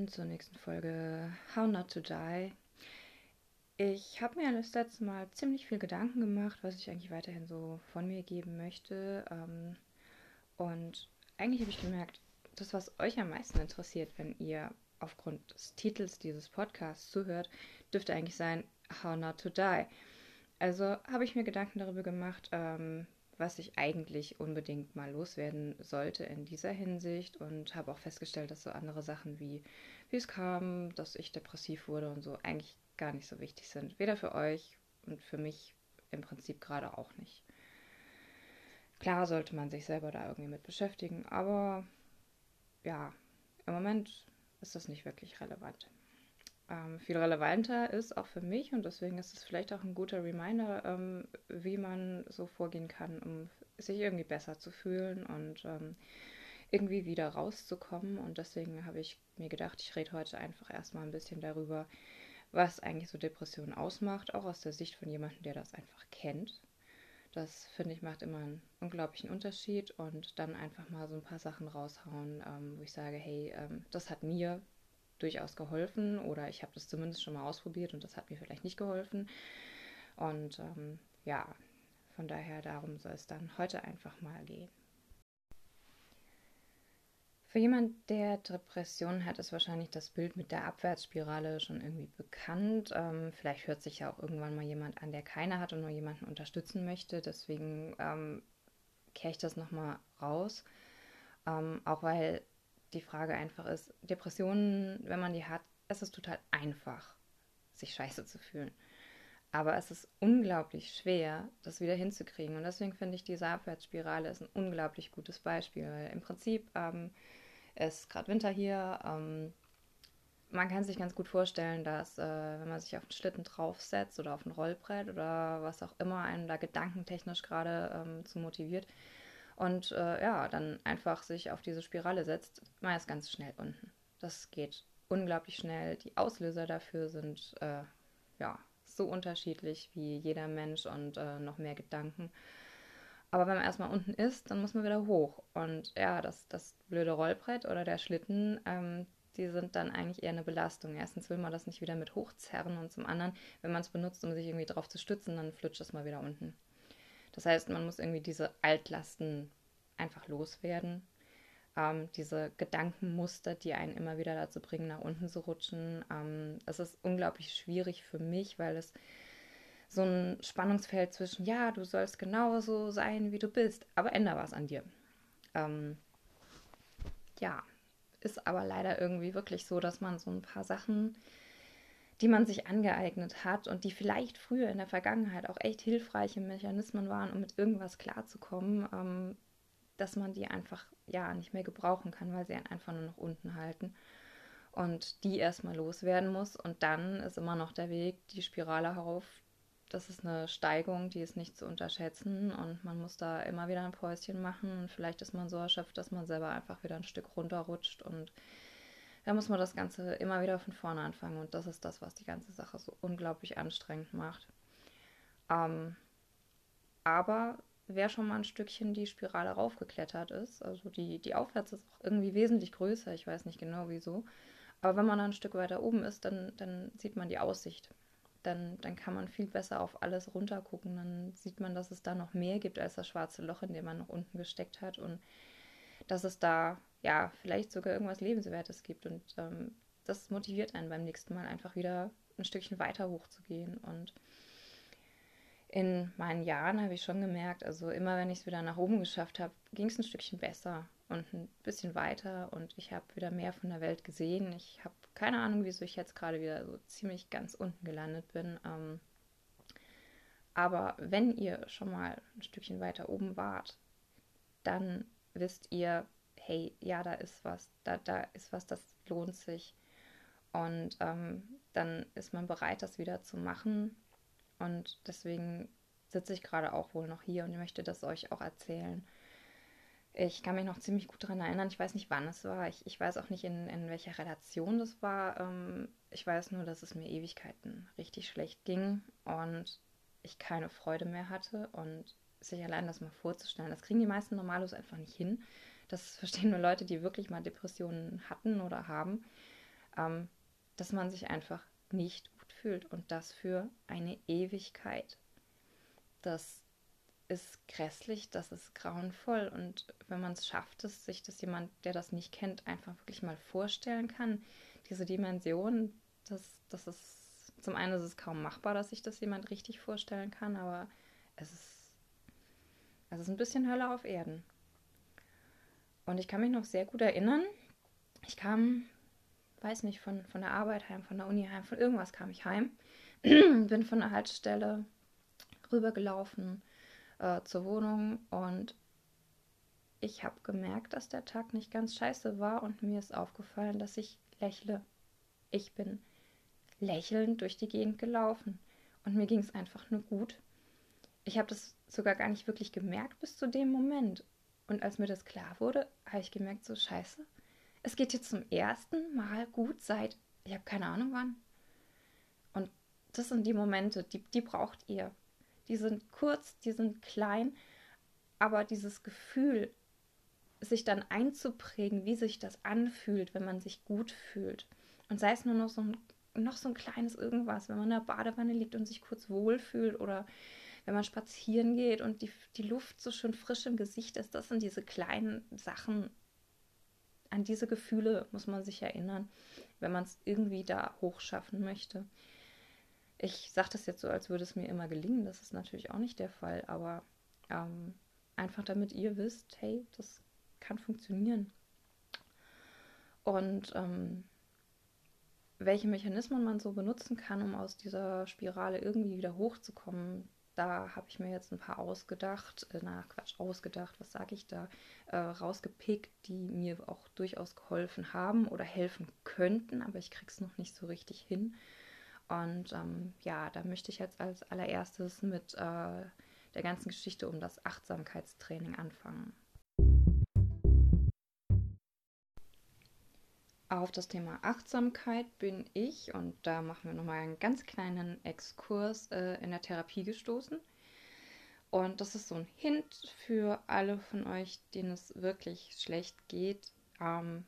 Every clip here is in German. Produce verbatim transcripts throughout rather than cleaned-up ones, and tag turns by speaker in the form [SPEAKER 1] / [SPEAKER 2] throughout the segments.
[SPEAKER 1] willkommen zur nächsten Folge How Not to Die. Ich habe mir das letzte Mal ziemlich viel Gedanken gemacht, was ich eigentlich weiterhin so von mir geben möchte. Ähm, und eigentlich habe ich gemerkt, das, was euch am meisten interessiert, wenn ihr aufgrund des Titels dieses Podcasts zuhört, dürfte eigentlich sein How Not to Die. Also habe ich mir Gedanken darüber gemacht, ähm, was ich eigentlich unbedingt mal loswerden sollte in dieser Hinsicht und habe auch festgestellt, dass so andere Sachen wie, wie es kam, dass ich depressiv wurde und so eigentlich gar nicht so wichtig sind. Weder für euch und für mich im Prinzip gerade auch nicht. Klar sollte man sich selber da irgendwie mit beschäftigen, aber ja, im Moment ist das nicht wirklich relevant. Ähm, viel relevanter ist auch für mich und deswegen ist es vielleicht auch ein guter Reminder, ähm, wie man so vorgehen kann, um sich irgendwie besser zu fühlen und ähm, irgendwie wieder rauszukommen. Und deswegen habe ich mir gedacht, ich rede heute einfach erstmal ein bisschen darüber, was eigentlich so Depressionen ausmacht, auch aus der Sicht von jemandem, der das einfach kennt. Das finde ich macht immer einen unglaublichen Unterschied und dann einfach mal so ein paar Sachen raushauen, ähm, wo ich sage, hey, ähm, das hat mir durchaus geholfen oder ich habe das zumindest schon mal ausprobiert und das hat mir vielleicht nicht geholfen. Und ähm, ja, von daher darum soll es dann heute einfach mal gehen. Für jemand, der Depressionen hat, ist wahrscheinlich das Bild mit der Abwärtsspirale schon irgendwie bekannt. Ähm, vielleicht hört sich ja auch irgendwann mal jemand an, der keine hat und nur jemanden unterstützen möchte. Deswegen ähm, kehre ich das nochmal raus. Ähm, auch weil die Frage einfach ist, Depressionen, wenn man die hat, es ist total einfach, sich scheiße zu fühlen. Aber es ist unglaublich schwer, das wieder hinzukriegen. Und deswegen finde ich, diese Abwärtsspirale ist ein unglaublich gutes Beispiel. Weil im Prinzip ähm, ist gerade Winter hier. Ähm, man kann sich ganz gut vorstellen, dass äh, wenn man sich auf einen Schlitten draufsetzt oder auf ein Rollbrett oder was auch immer einen da gedankentechnisch gerade ähm, zu motiviert und äh, ja, dann einfach sich auf diese Spirale setzt, man ist ganz schnell unten. Das geht unglaublich schnell. Die Auslöser dafür sind äh, ja so unterschiedlich wie jeder Mensch und äh, noch mehr Gedanken. Aber wenn man erstmal unten ist, dann muss man wieder hoch. Und ja, das, das blöde Rollbrett oder der Schlitten, ähm, die sind dann eigentlich eher eine Belastung. Erstens will man das nicht wieder mit hochzerren und zum anderen, wenn man es benutzt, um sich irgendwie drauf zu stützen, dann flutscht es mal wieder unten. Das heißt, man muss irgendwie diese Altlasten einfach loswerden. Ähm, diese Gedankenmuster, die einen immer wieder dazu bringen, nach unten zu rutschen. Ähm, es ist unglaublich schwierig für mich, weil es so ein Spannungsfeld zwischen, ja, du sollst genauso sein, wie du bist, aber änder was an dir. Ähm, ja, ist aber leider irgendwie wirklich so, dass man so ein paar Sachen, die man sich angeeignet hat und die vielleicht früher in der Vergangenheit auch echt hilfreiche Mechanismen waren, um mit irgendwas klarzukommen, ähm, dass man die einfach ja nicht mehr gebrauchen kann, weil sie einen einfach nur nach unten halten und die erstmal loswerden muss und dann ist immer noch der Weg, die Spirale herauf. Das ist eine Steigung, die ist nicht zu unterschätzen und man muss da immer wieder ein Päuschen machen und vielleicht ist man so erschöpft, dass man selber einfach wieder ein Stück runterrutscht und da muss man das Ganze immer wieder von vorne anfangen und das ist das, was die ganze Sache so unglaublich anstrengend macht. Ähm, aber wer schon mal ein Stückchen die Spirale raufgeklettert ist, also die, die Aufwärts ist auch irgendwie wesentlich größer, ich weiß nicht genau wieso, aber wenn man dann ein Stück weiter oben ist, dann, dann sieht man die Aussicht. Dann, dann kann man viel besser auf alles runtergucken. Dann sieht man, dass es da noch mehr gibt als das schwarze Loch, in dem man noch unten gesteckt hat. Und dass es da ja vielleicht sogar irgendwas Lebenswertes gibt. Und ähm, das motiviert einen beim nächsten Mal einfach wieder ein Stückchen weiter hochzugehen. Und in meinen Jahren habe ich schon gemerkt, also immer wenn ich es wieder nach oben geschafft habe, ging es ein Stückchen besser und ein bisschen weiter und ich habe wieder mehr von der Welt gesehen. Ich habe keine Ahnung, wieso ich jetzt gerade wieder so ziemlich ganz unten gelandet bin. Ähm, aber wenn ihr schon mal ein Stückchen weiter oben wart, dann wisst ihr, hey, ja, da ist was, da, da ist was, das lohnt sich. Und ähm, dann ist man bereit, das wieder zu machen. Und deswegen sitze ich gerade auch wohl noch hier und möchte das euch auch erzählen. Ich kann mich noch ziemlich gut daran erinnern. Ich weiß nicht, wann es war. Ich, ich weiß auch nicht, in, in welcher Relation das war. Ähm, ich weiß nur, dass es mir Ewigkeiten richtig schlecht ging und ich keine Freude mehr hatte. Und sich allein das mal vorzustellen, das kriegen die meisten Normalos einfach nicht hin. Das verstehen nur Leute, die wirklich mal Depressionen hatten oder haben. ähm, dass man sich einfach nicht gut fühlt und das für eine Ewigkeit. Das ist grässlich, das ist grauenvoll und wenn man es schafft, dass sich das jemand, der das nicht kennt, einfach wirklich mal vorstellen kann, diese Dimension, das, das ist, zum einen ist es kaum machbar, dass sich das jemand richtig vorstellen kann, aber es ist, es ist ein bisschen Hölle auf Erden. Und ich kann mich noch sehr gut erinnern, ich kam, weiß nicht, von, von der Arbeit heim, von der Uni heim, von irgendwas kam ich heim, bin von der Haltestelle rübergelaufen äh, zur Wohnung und ich habe gemerkt, dass der Tag nicht ganz scheiße war und mir ist aufgefallen, dass ich lächle. Ich bin lächelnd durch die Gegend gelaufen und mir ging es einfach nur gut. Ich habe das sogar gar nicht wirklich gemerkt bis zu dem Moment. Und als mir das klar wurde, habe ich gemerkt, so scheiße, es geht jetzt zum ersten Mal gut seit, ich habe keine Ahnung wann. Und das sind die Momente, die, die braucht ihr. Die sind kurz, die sind klein, aber dieses Gefühl, sich dann einzuprägen, wie sich das anfühlt, wenn man sich gut fühlt. Und sei es nur noch so ein, noch so ein kleines Irgendwas, wenn man in der Badewanne liegt und sich kurz wohlfühlt oder wenn man spazieren geht und die, die Luft so schön frisch im Gesicht ist. Das sind diese kleinen Sachen, an diese Gefühle muss man sich erinnern, wenn man es irgendwie da hochschaffen möchte. Ich sage das jetzt so, als würde es mir immer gelingen. Das ist natürlich auch nicht der Fall, aber ähm, einfach damit ihr wisst, hey, das kann funktionieren. Und ähm, welche Mechanismen man so benutzen kann, um aus dieser Spirale irgendwie wieder hochzukommen, da habe ich mir jetzt ein paar ausgedacht, äh, na Quatsch, ausgedacht, was sage ich da, äh, rausgepickt, die mir auch durchaus geholfen haben oder helfen könnten, aber ich kriege es noch nicht so richtig hin. Und ähm, ja, da möchte ich jetzt als allererstes mit äh, der ganzen Geschichte um das Achtsamkeitstraining anfangen. Auf das Thema Achtsamkeit bin ich, und da machen wir nochmal einen ganz kleinen Exkurs, äh, in der Therapie gestoßen. Und das ist so ein Hint für alle von euch, denen es wirklich schlecht geht. Ähm,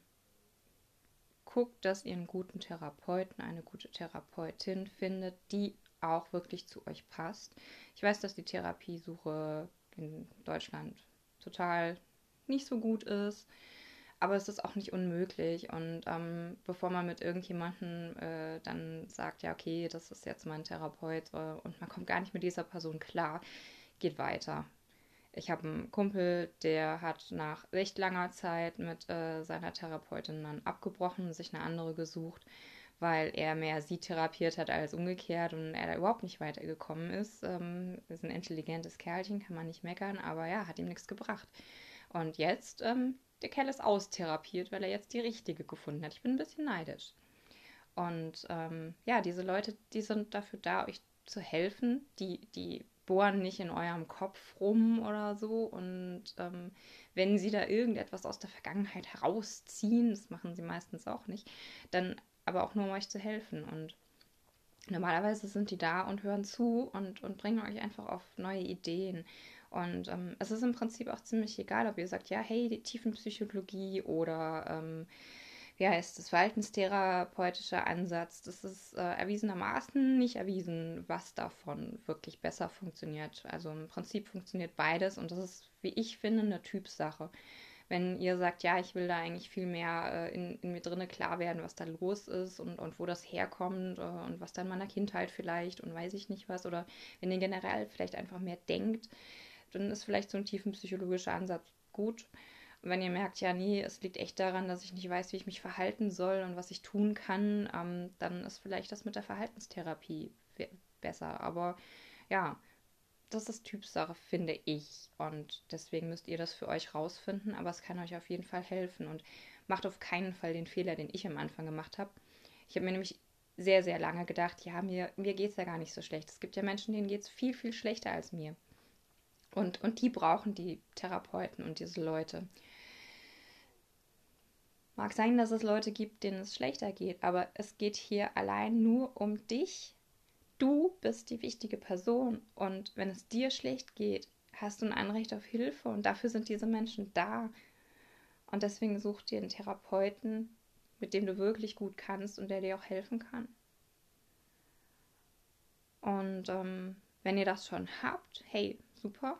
[SPEAKER 1] guckt, dass ihr einen guten Therapeuten, eine gute Therapeutin findet, die auch wirklich zu euch passt. Ich weiß, dass die Therapiesuche in Deutschland total nicht so gut ist, aber es ist auch nicht unmöglich. Und ähm, bevor man mit irgendjemandem äh, dann sagt, ja, okay, das ist jetzt mein Therapeut äh, und man kommt gar nicht mit dieser Person klar, geht weiter. Ich habe einen Kumpel, der hat nach recht langer Zeit mit äh, seiner Therapeutin dann abgebrochen und sich eine andere gesucht, weil er mehr sie therapiert hat als umgekehrt und er da überhaupt nicht weitergekommen ist. Ähm, ist ein intelligentes Kerlchen, kann man nicht meckern, aber ja, hat ihm nichts gebracht. Und jetzt, ähm, der Kerl ist austherapiert, weil er jetzt die richtige gefunden hat. Ich bin ein bisschen neidisch. Und ähm, ja, diese Leute, die sind dafür da, euch zu helfen. Die, die bohren nicht in eurem Kopf rum oder so. Und ähm, wenn sie da irgendetwas aus der Vergangenheit herausziehen, das machen sie meistens auch nicht, dann aber auch nur, um euch zu helfen. Und normalerweise sind die da und hören zu und, und bringen euch einfach auf neue Ideen. Und ähm, es ist im Prinzip auch ziemlich egal, ob ihr sagt, ja, hey, die Tiefenpsychologie oder ähm, wie heißt das, verhaltenstherapeutischer Ansatz. Das ist äh, erwiesenermaßen nicht erwiesen, was davon wirklich besser funktioniert. Also im Prinzip funktioniert beides und das ist, wie ich finde, eine Typsache. Wenn ihr sagt, ja, ich will da eigentlich viel mehr äh, in, in mir drinne klar werden, was da los ist und, und wo das herkommt äh, und was da in meiner Kindheit vielleicht und weiß ich nicht was. Oder wenn ihr generell vielleicht einfach mehr denkt, dann ist vielleicht so ein tiefenpsychologischer Ansatz gut. Und wenn ihr merkt, ja, nee, es liegt echt daran, dass ich nicht weiß, wie ich mich verhalten soll und was ich tun kann, ähm, dann ist vielleicht das mit der Verhaltenstherapie besser. Aber ja, das ist Typsache, finde ich. Und deswegen müsst ihr das für euch rausfinden, aber es kann euch auf jeden Fall helfen. Und macht auf keinen Fall den Fehler, den ich am Anfang gemacht habe. Ich habe mir nämlich sehr, sehr lange gedacht, ja, mir, mir geht es ja gar nicht so schlecht. Es gibt ja Menschen, denen geht es viel, viel schlechter als mir. Und, und die brauchen die Therapeuten und diese Leute. Mag sein, dass es Leute gibt, denen es schlechter geht, aber es geht hier allein nur um dich. Du bist die wichtige Person und wenn es dir schlecht geht, hast du ein Anrecht auf Hilfe und dafür sind diese Menschen da. Und deswegen such dir einen Therapeuten, mit dem du wirklich gut kannst und der dir auch helfen kann. Und ähm, wenn ihr das schon habt, hey, super.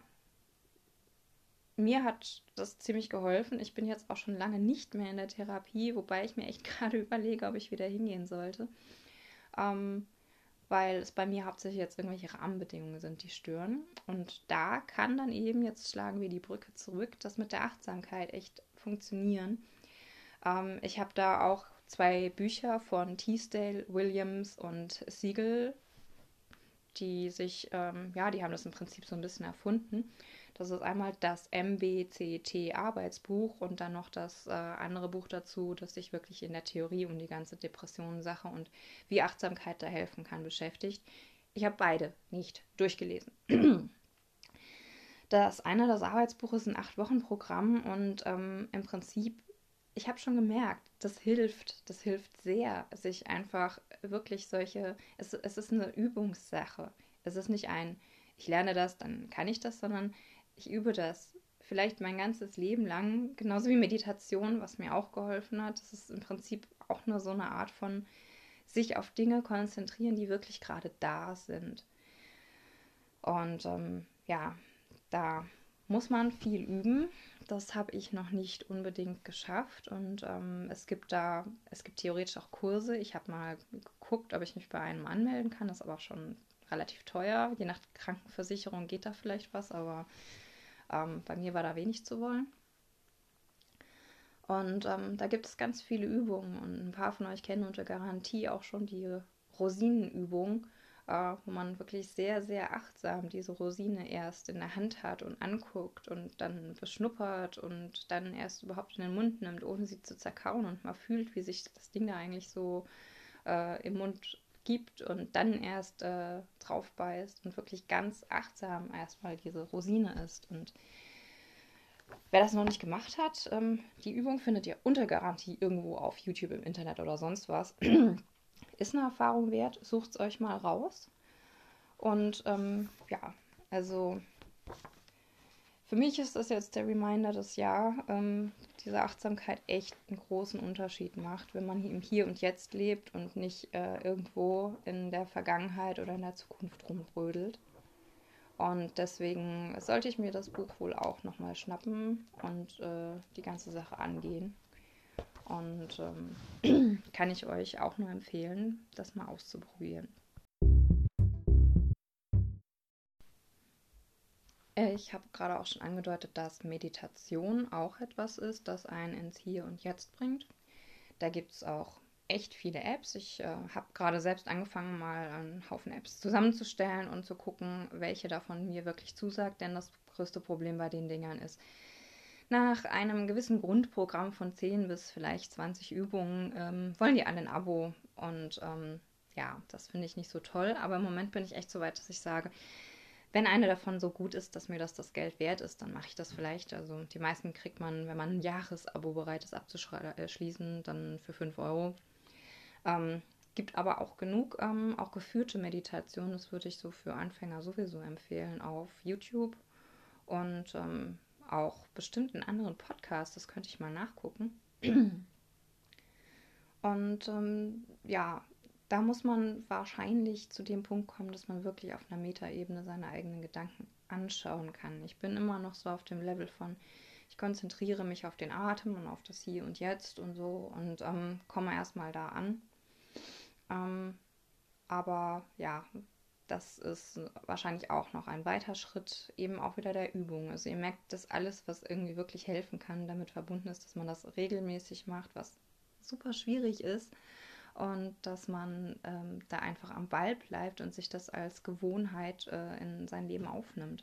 [SPEAKER 1] Mir hat das ziemlich geholfen. Ich bin jetzt auch schon lange nicht mehr in der Therapie, wobei ich mir echt gerade überlege, ob ich wieder hingehen sollte. Ähm, weil es bei mir hauptsächlich jetzt irgendwelche Rahmenbedingungen sind, die stören. Und da kann dann eben, jetzt schlagen wir die Brücke zurück, das mit der Achtsamkeit echt funktionieren. Ähm, ich habe da auch zwei Bücher von Teasdale, Williams und Siegel, die sich, ähm, ja, die haben das im Prinzip so ein bisschen erfunden. Das ist einmal das M B C T-Arbeitsbuch und dann noch das äh, andere Buch dazu, das sich wirklich in der Theorie um die ganze Depressionen-Sache und wie Achtsamkeit da helfen kann beschäftigt. Ich habe beide nicht durchgelesen. Das eine, das Arbeitsbuch, ist ein Acht-Wochen-Programm und ähm, im Prinzip, ich habe schon gemerkt, das hilft, das hilft sehr, sich einfach wirklich solche, es, es ist eine Übungssache. Es ist nicht ein, ich lerne das, dann kann ich das, sondern ich übe das vielleicht mein ganzes Leben lang, genauso wie Meditation, was mir auch geholfen hat. Das ist im Prinzip auch nur so eine Art von sich auf Dinge konzentrieren, die wirklich gerade da sind. Und ähm, ja, da muss man viel üben. Das habe ich noch nicht unbedingt geschafft. Und ähm, es gibt da, es gibt theoretisch auch Kurse. Ich habe mal geguckt, ob ich mich bei einem anmelden kann. Das ist aber auch schon relativ teuer. Je nach Krankenversicherung geht da vielleicht was, aber ähm, bei mir war da wenig zu wollen. Und ähm, da gibt es ganz viele Übungen und ein paar von euch kennen unter Garantie auch schon die Rosinenübung, äh, wo man wirklich sehr, sehr achtsam diese Rosine erst in der Hand hat und anguckt und dann beschnuppert und dann erst überhaupt in den Mund nimmt, ohne sie zu zerkauen und mal fühlt, wie sich das Ding da eigentlich so äh, im Mund gibt und dann erst äh, drauf beißt und wirklich ganz achtsam erstmal diese Rosine isst. Und wer das noch nicht gemacht hat, ähm, die Übung findet ihr unter Garantie irgendwo auf YouTube, im Internet oder sonst was. Ist eine Erfahrung wert, sucht es euch mal raus. Und ähm, ja, also für mich ist das jetzt der Reminder, dass ja, ähm, diese Achtsamkeit echt einen großen Unterschied macht, wenn man im Hier und Jetzt lebt und nicht äh, irgendwo in der Vergangenheit oder in der Zukunft rumbrödelt. Und deswegen sollte ich mir das Buch wohl auch nochmal schnappen und äh, die ganze Sache angehen. Und ähm, kann ich euch auch nur empfehlen, das mal auszuprobieren. Äh, Ich habe gerade auch schon angedeutet, dass Meditation auch etwas ist, das einen ins Hier und Jetzt bringt. Da gibt es auch echt viele Apps. Ich äh, habe gerade selbst angefangen, mal einen Haufen Apps zusammenzustellen und zu gucken, welche davon mir wirklich zusagt. Denn das größte Problem bei den Dingern ist, nach einem gewissen Grundprogramm von zehn bis vielleicht zwanzig Übungen ähm, wollen die alle ein Abo. Und ähm, ja, das finde ich nicht so toll. Aber im Moment bin ich echt so weit, dass ich sage, wenn eine davon so gut ist, dass mir das das Geld wert ist, dann mache ich das vielleicht. Also die meisten kriegt man, wenn man ein Jahresabo bereit ist abzuschließen, dann für fünf Euro. Ähm, gibt aber auch genug, ähm, auch geführte Meditation. Das würde ich so für Anfänger sowieso empfehlen auf YouTube und ähm, auch bestimmt in anderen Podcasts. Das könnte ich mal nachgucken. Und ähm, ja, da muss man wahrscheinlich zu dem Punkt kommen, dass man wirklich auf einer Metaebene seine eigenen Gedanken anschauen kann. Ich bin immer noch so auf dem Level von, ich konzentriere mich auf den Atem und auf das Hier und Jetzt und so und ähm, komme erstmal da an. Ähm, aber ja, das ist wahrscheinlich auch noch ein weiter Schritt, eben auch wieder der Übung. Also ihr merkt, dass alles, was irgendwie wirklich helfen kann, damit verbunden ist, dass man das regelmäßig macht, was super schwierig ist und dass man ähm, da einfach am Ball bleibt und sich das als Gewohnheit äh, in sein Leben aufnimmt.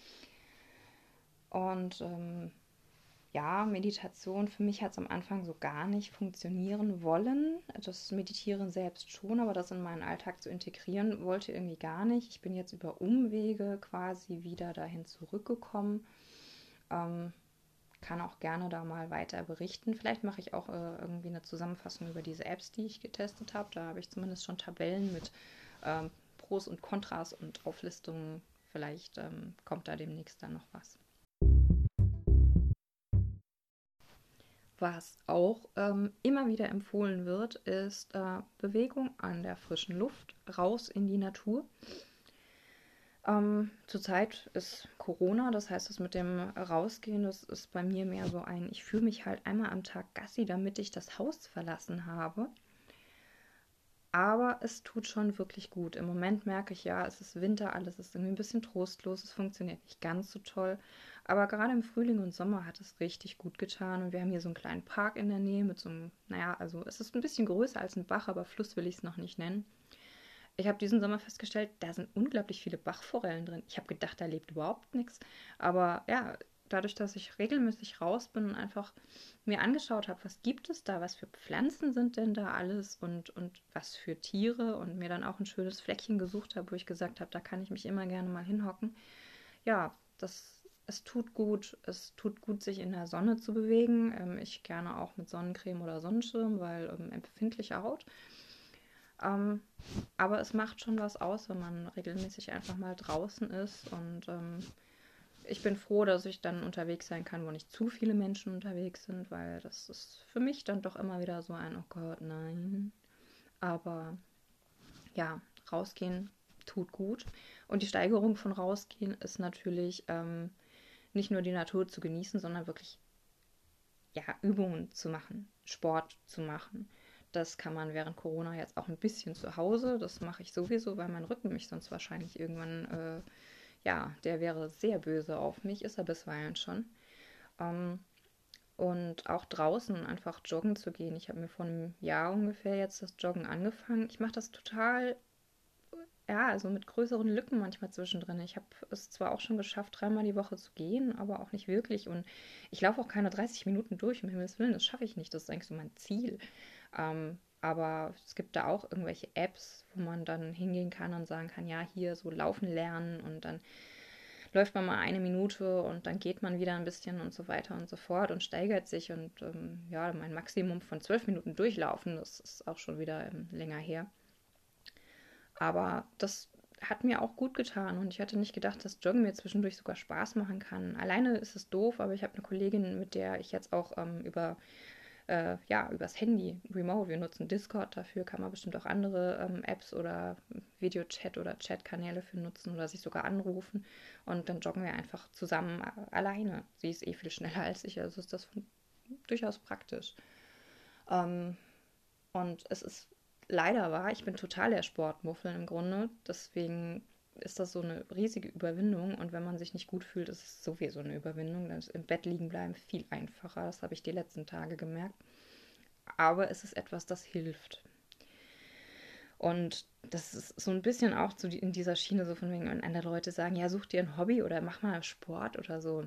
[SPEAKER 1] Und ähm, ja, Meditation, für mich hat es am Anfang so gar nicht funktionieren wollen. Das Meditieren selbst schon, aber das in meinen Alltag zu integrieren, wollte irgendwie gar nicht. Ich bin jetzt über Umwege quasi wieder dahin zurückgekommen. Ähm, kann auch gerne da mal weiter berichten. Vielleicht mache ich auch äh, irgendwie eine Zusammenfassung über diese Apps, die ich getestet habe. Da habe ich zumindest schon Tabellen mit ähm, Pros und Kontras und Auflistungen. Vielleicht ähm, kommt da demnächst dann noch was. Was auch ähm, immer wieder empfohlen wird, ist äh, Bewegung an der frischen Luft, raus in die Natur. Ähm, zurzeit ist Corona, das heißt, das mit dem Rausgehen, das ist bei mir mehr so ein, ich fühle mich halt einmal am Tag Gassi, damit ich das Haus verlassen habe. Aber es tut schon wirklich gut. Im Moment merke ich ja, es ist Winter, alles ist irgendwie ein bisschen trostlos, es funktioniert nicht ganz so toll. Aber gerade im Frühling und Sommer hat es richtig gut getan. Und wir haben hier so einen kleinen Park in der Nähe mit so einem, naja, also es ist ein bisschen größer als ein Bach, aber Fluss will ich es noch nicht nennen. Ich habe diesen Sommer festgestellt, da sind unglaublich viele Bachforellen drin. Ich habe gedacht, da lebt überhaupt nichts. Aber ja, dadurch, dass ich regelmäßig raus bin und einfach mir angeschaut habe, was gibt es da, was für Pflanzen sind denn da alles und, und was für Tiere und mir dann auch ein schönes Fleckchen gesucht habe, wo ich gesagt habe, da kann ich mich immer gerne mal hinhocken. Ja, das, es tut gut. Es tut gut, sich in der Sonne zu bewegen. Ähm, ich gerne auch mit Sonnencreme oder Sonnenschirm, weil ähm, empfindliche Haut. Ähm, aber es macht schon was aus, wenn man regelmäßig einfach mal draußen ist. Und ähm, ich bin froh, dass ich dann unterwegs sein kann, wo nicht zu viele Menschen unterwegs sind, weil das ist für mich dann doch immer wieder so ein, oh Gott, nein. Aber ja, rausgehen tut gut. Und die Steigerung von rausgehen ist natürlich ähm, nicht nur die Natur zu genießen, sondern wirklich ja, Übungen zu machen, Sport zu machen. Das kann man während Corona jetzt auch ein bisschen zu Hause. Das mache ich sowieso, weil mein Rücken mich sonst wahrscheinlich irgendwann, äh, ja, der wäre sehr böse auf mich, ist er bisweilen schon. Ähm, und auch draußen einfach joggen zu gehen. Ich habe mir vor einem Jahr ungefähr jetzt das Joggen angefangen. Ich mache das total, ja, also mit größeren Lücken manchmal zwischendrin. Ich habe es zwar auch schon geschafft, dreimal die Woche zu gehen, aber auch nicht wirklich. Und ich laufe auch keine dreißig Minuten durch, um Himmels Willen, das schaffe ich nicht. Das ist eigentlich so mein Ziel. Ähm, aber es gibt da auch irgendwelche Apps, wo man dann hingehen kann und sagen kann, ja, hier so laufen lernen und dann läuft man mal eine Minute und dann geht man wieder ein bisschen und so weiter und so fort und steigert sich. Und ähm, ja, mein Maximum von zwölf Minuten durchlaufen, das ist auch schon wieder ähm, länger her. Aber das hat mir auch gut getan und ich hatte nicht gedacht, dass Joggen mir zwischendurch sogar Spaß machen kann. Alleine ist es doof, aber ich habe eine Kollegin, mit der ich jetzt auch ähm, über äh, ja, übers Handy, Remote, wir nutzen Discord dafür, kann man bestimmt auch andere ähm, Apps oder Videochat oder Chatkanäle für nutzen oder sich sogar anrufen und dann joggen wir einfach zusammen äh, alleine. Sie ist eh viel schneller als ich, also ist das durchaus praktisch. Ähm, und es ist leider wahr, ich bin total der Sportmuffel im Grunde. Deswegen ist das so eine riesige Überwindung. Und wenn man sich nicht gut fühlt, ist es sowieso eine Überwindung. Dann ist im Bett liegen bleiben viel einfacher. Das habe ich die letzten Tage gemerkt. Aber es ist etwas, das hilft. Und das ist so ein bisschen auch zu, in dieser Schiene, so von wegen, wenn andere Leute sagen, ja, such dir ein Hobby oder mach mal Sport oder so.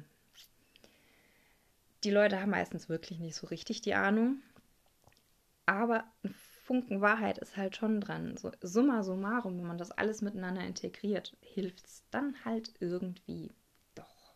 [SPEAKER 1] Die Leute haben meistens wirklich nicht so richtig die Ahnung. Aber ein Funken Wahrheit ist halt schon dran. So summa summarum, wenn man das alles miteinander integriert, hilft es dann halt irgendwie doch.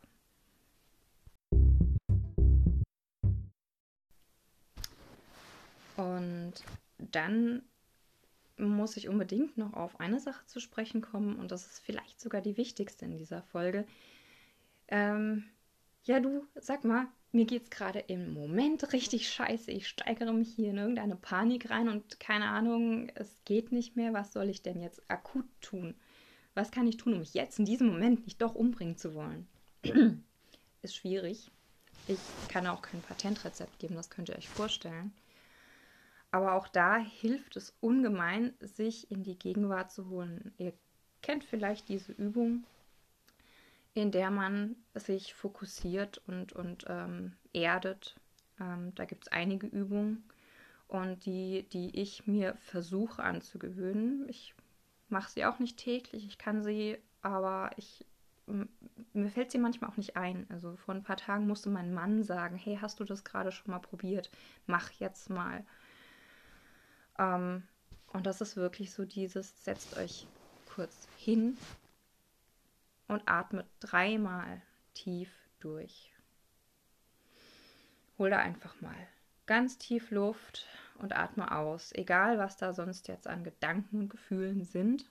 [SPEAKER 1] Und dann muss ich unbedingt noch auf eine Sache zu sprechen kommen und das ist vielleicht sogar die wichtigste in dieser Folge. Ähm, ja, du, sag mal, mir geht's gerade im Moment richtig scheiße. Ich steigere mich hier in irgendeine Panik rein und keine Ahnung, es geht nicht mehr. Was soll ich denn jetzt akut tun? Was kann ich tun, um mich jetzt in diesem Moment nicht doch umbringen zu wollen? Ist schwierig. Ich kann auch kein Patentrezept geben, das könnt ihr euch vorstellen. Aber auch da hilft es ungemein, sich in die Gegenwart zu holen. Ihr kennt vielleicht diese Übung, in der man sich fokussiert und, und ähm, erdet. Ähm, da gibt es einige Übungen und die, die ich mir versuche anzugewöhnen. Ich mache sie auch nicht täglich, ich kann sie, aber ich, m- mir fällt sie manchmal auch nicht ein. Also vor ein paar Tagen musste mein Mann sagen, hey, hast du das gerade schon mal probiert? Mach jetzt mal. Ähm, und das ist wirklich so dieses, setzt euch kurz hin und atmet dreimal tief durch. Hol da einfach mal ganz tief Luft und atme aus, egal was da sonst jetzt an Gedanken und Gefühlen sind.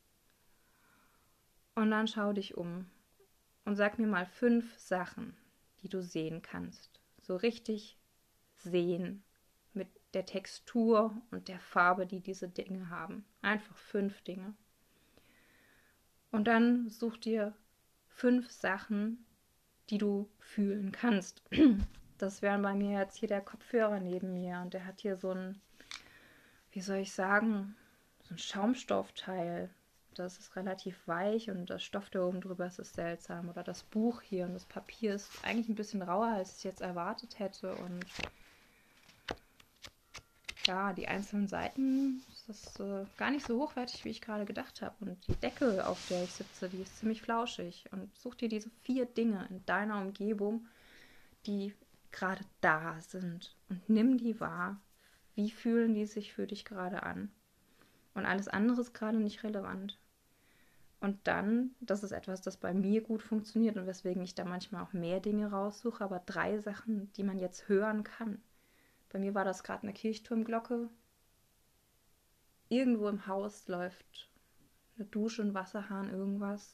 [SPEAKER 1] Und dann schau dich um und sag mir mal fünf Sachen, die du sehen kannst. So richtig sehen, mit der Textur und der Farbe, die diese Dinge haben. Einfach fünf Dinge. Und dann such dir fünf Sachen, die du fühlen kannst. Das wären bei mir jetzt hier der Kopfhörer neben mir und der hat hier so ein, wie soll ich sagen, so ein Schaumstoffteil. Das ist relativ weich und das Stoff da oben drüber ist, ist seltsam. Oder das Buch hier und das Papier ist eigentlich ein bisschen rauer, als ich jetzt erwartet hätte. Und ja, die einzelnen Seiten, das ist äh, gar nicht so hochwertig, wie ich gerade gedacht habe. Und die Decke, auf der ich sitze, die ist ziemlich flauschig. Und such dir diese vier Dinge in deiner Umgebung, die gerade da sind. Und nimm die wahr. Wie fühlen die sich für dich gerade an? Und alles andere ist gerade nicht relevant. Und dann, das ist etwas, das bei mir gut funktioniert und weswegen ich da manchmal auch mehr Dinge raussuche, aber drei Sachen, die man jetzt hören kann. Bei mir war das gerade eine Kirchturmglocke. Irgendwo im Haus läuft eine Dusche, ein Wasserhahn, irgendwas.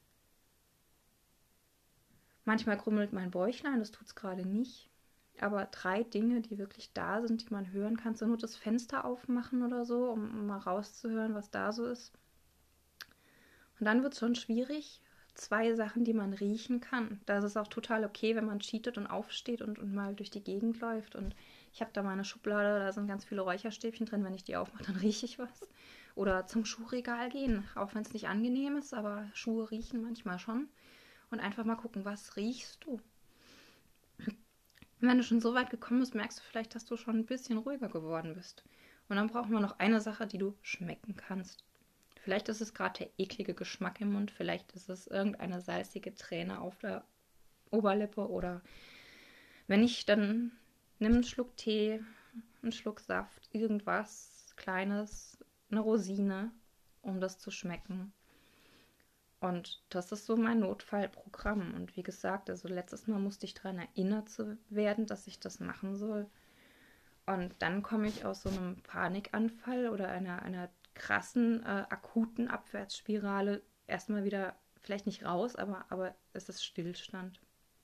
[SPEAKER 1] Manchmal grummelt mein Bäuchlein, das tut es gerade nicht. Aber drei Dinge, die wirklich da sind, die man hören kann. So nur das Fenster aufmachen oder so, um, um mal rauszuhören, was da so ist. Und dann wird es schon schwierig. Zwei Sachen, die man riechen kann. Da ist es auch total okay, wenn man cheatet und aufsteht und, und mal durch die Gegend läuft. Und ich habe da meine Schublade, da sind ganz viele Räucherstäbchen drin. Wenn ich die aufmache, dann rieche ich was. Oder zum Schuhregal gehen, auch wenn es nicht angenehm ist, aber Schuhe riechen manchmal schon. Und einfach mal gucken, was riechst du? Und wenn du schon so weit gekommen bist, merkst du vielleicht, dass du schon ein bisschen ruhiger geworden bist. Und dann brauchen wir noch eine Sache, die du schmecken kannst. Vielleicht ist es gerade der eklige Geschmack im Mund, vielleicht ist es irgendeine salzige Träne auf der Oberlippe oder wenn nicht, dann nimm einen Schluck Tee, einen Schluck Saft, irgendwas Kleines, eine Rosine, um das zu schmecken. Und das ist so mein Notfallprogramm. Und wie gesagt, also letztes Mal musste ich daran erinnert zu werden, dass ich das machen soll. Und dann komme ich aus so einem Panikanfall oder einer, einer krassen, äh, akuten Abwärtsspirale erstmal wieder, vielleicht nicht raus, aber, aber es ist Stillstand.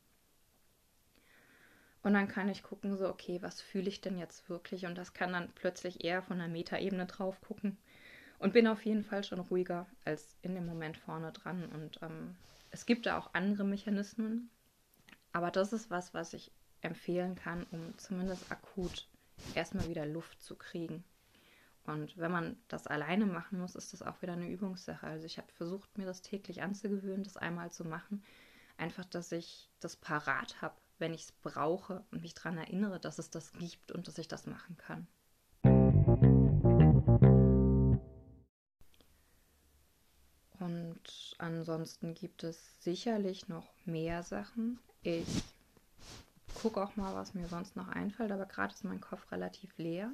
[SPEAKER 1] Und dann kann ich gucken, so, okay, was fühle ich denn jetzt wirklich? Und das kann dann plötzlich eher von der Metaebene drauf gucken. Und bin auf jeden Fall schon ruhiger als in dem Moment vorne dran. Und ähm, es gibt da auch andere Mechanismen. Aber das ist was, was ich empfehlen kann, um zumindest akut erstmal wieder Luft zu kriegen. Und wenn man das alleine machen muss, ist das auch wieder eine Übungssache. Also ich habe versucht, mir das täglich anzugewöhnen, das einmal zu machen. Einfach, dass ich das parat habe, wenn ich es brauche und mich daran erinnere, dass es das gibt und dass ich das machen kann. Und ansonsten gibt es sicherlich noch mehr Sachen. Ich gucke auch mal, was mir sonst noch einfällt, aber gerade ist mein Kopf relativ leer.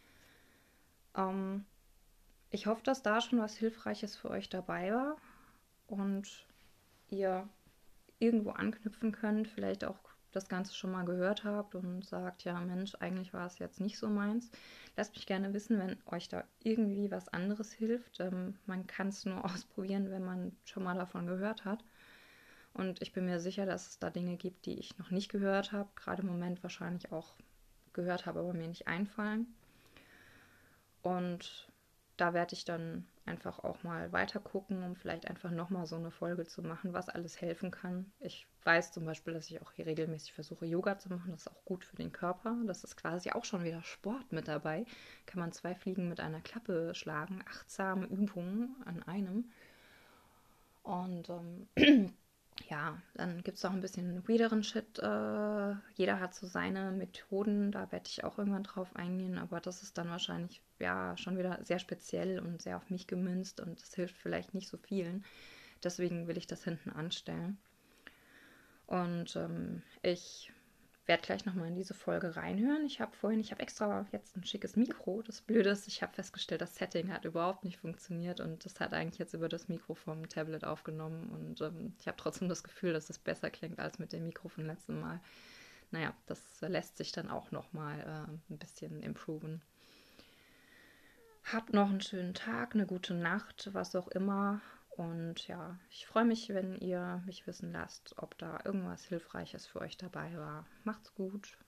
[SPEAKER 1] Ähm, ich hoffe, dass da schon was Hilfreiches für euch dabei war und ihr irgendwo anknüpfen könnt, vielleicht auch das Ganze schon mal gehört habt und sagt, ja Mensch, eigentlich war es jetzt nicht so meins. Lasst mich gerne wissen, wenn euch da irgendwie was anderes hilft. Ähm, man kann es nur ausprobieren, wenn man schon mal davon gehört hat. Und ich bin mir sicher, dass es da Dinge gibt, die ich noch nicht gehört habe, gerade im Moment wahrscheinlich auch gehört habe, aber mir nicht einfallen. Und da werde ich dann einfach auch mal weiter gucken, um vielleicht einfach nochmal so eine Folge zu machen, was alles helfen kann. Ich weiß zum Beispiel, dass ich auch hier regelmäßig versuche, Yoga zu machen. Das ist auch gut für den Körper. Das ist quasi auch schon wieder Sport mit dabei. Kann man zwei Fliegen mit einer Klappe schlagen. Achtsame Übungen an einem. Und ähm, ja, dann gibt es auch ein bisschen weederen Shit. Äh, jeder hat so seine Methoden, da werde ich auch irgendwann drauf eingehen, aber das ist dann wahrscheinlich ja schon wieder sehr speziell und sehr auf mich gemünzt und das hilft vielleicht nicht so vielen. Deswegen will ich das hinten anstellen. Und ähm, ich werde gleich nochmal in diese Folge reinhören. Ich habe vorhin, ich habe extra jetzt ein schickes Mikro. Das Blöde ist, ich habe festgestellt, das Setting hat überhaupt nicht funktioniert und das hat eigentlich jetzt über das Mikro vom Tablet aufgenommen und ähm, ich habe trotzdem das Gefühl, dass es besser klingt als mit dem Mikro vom letzten Mal. Naja, das lässt sich dann auch nochmal äh, ein bisschen improven. Habt noch einen schönen Tag, eine gute Nacht, was auch immer. Und ja, ich freue mich, wenn ihr mich wissen lasst, ob da irgendwas Hilfreiches für euch dabei war. Macht's gut.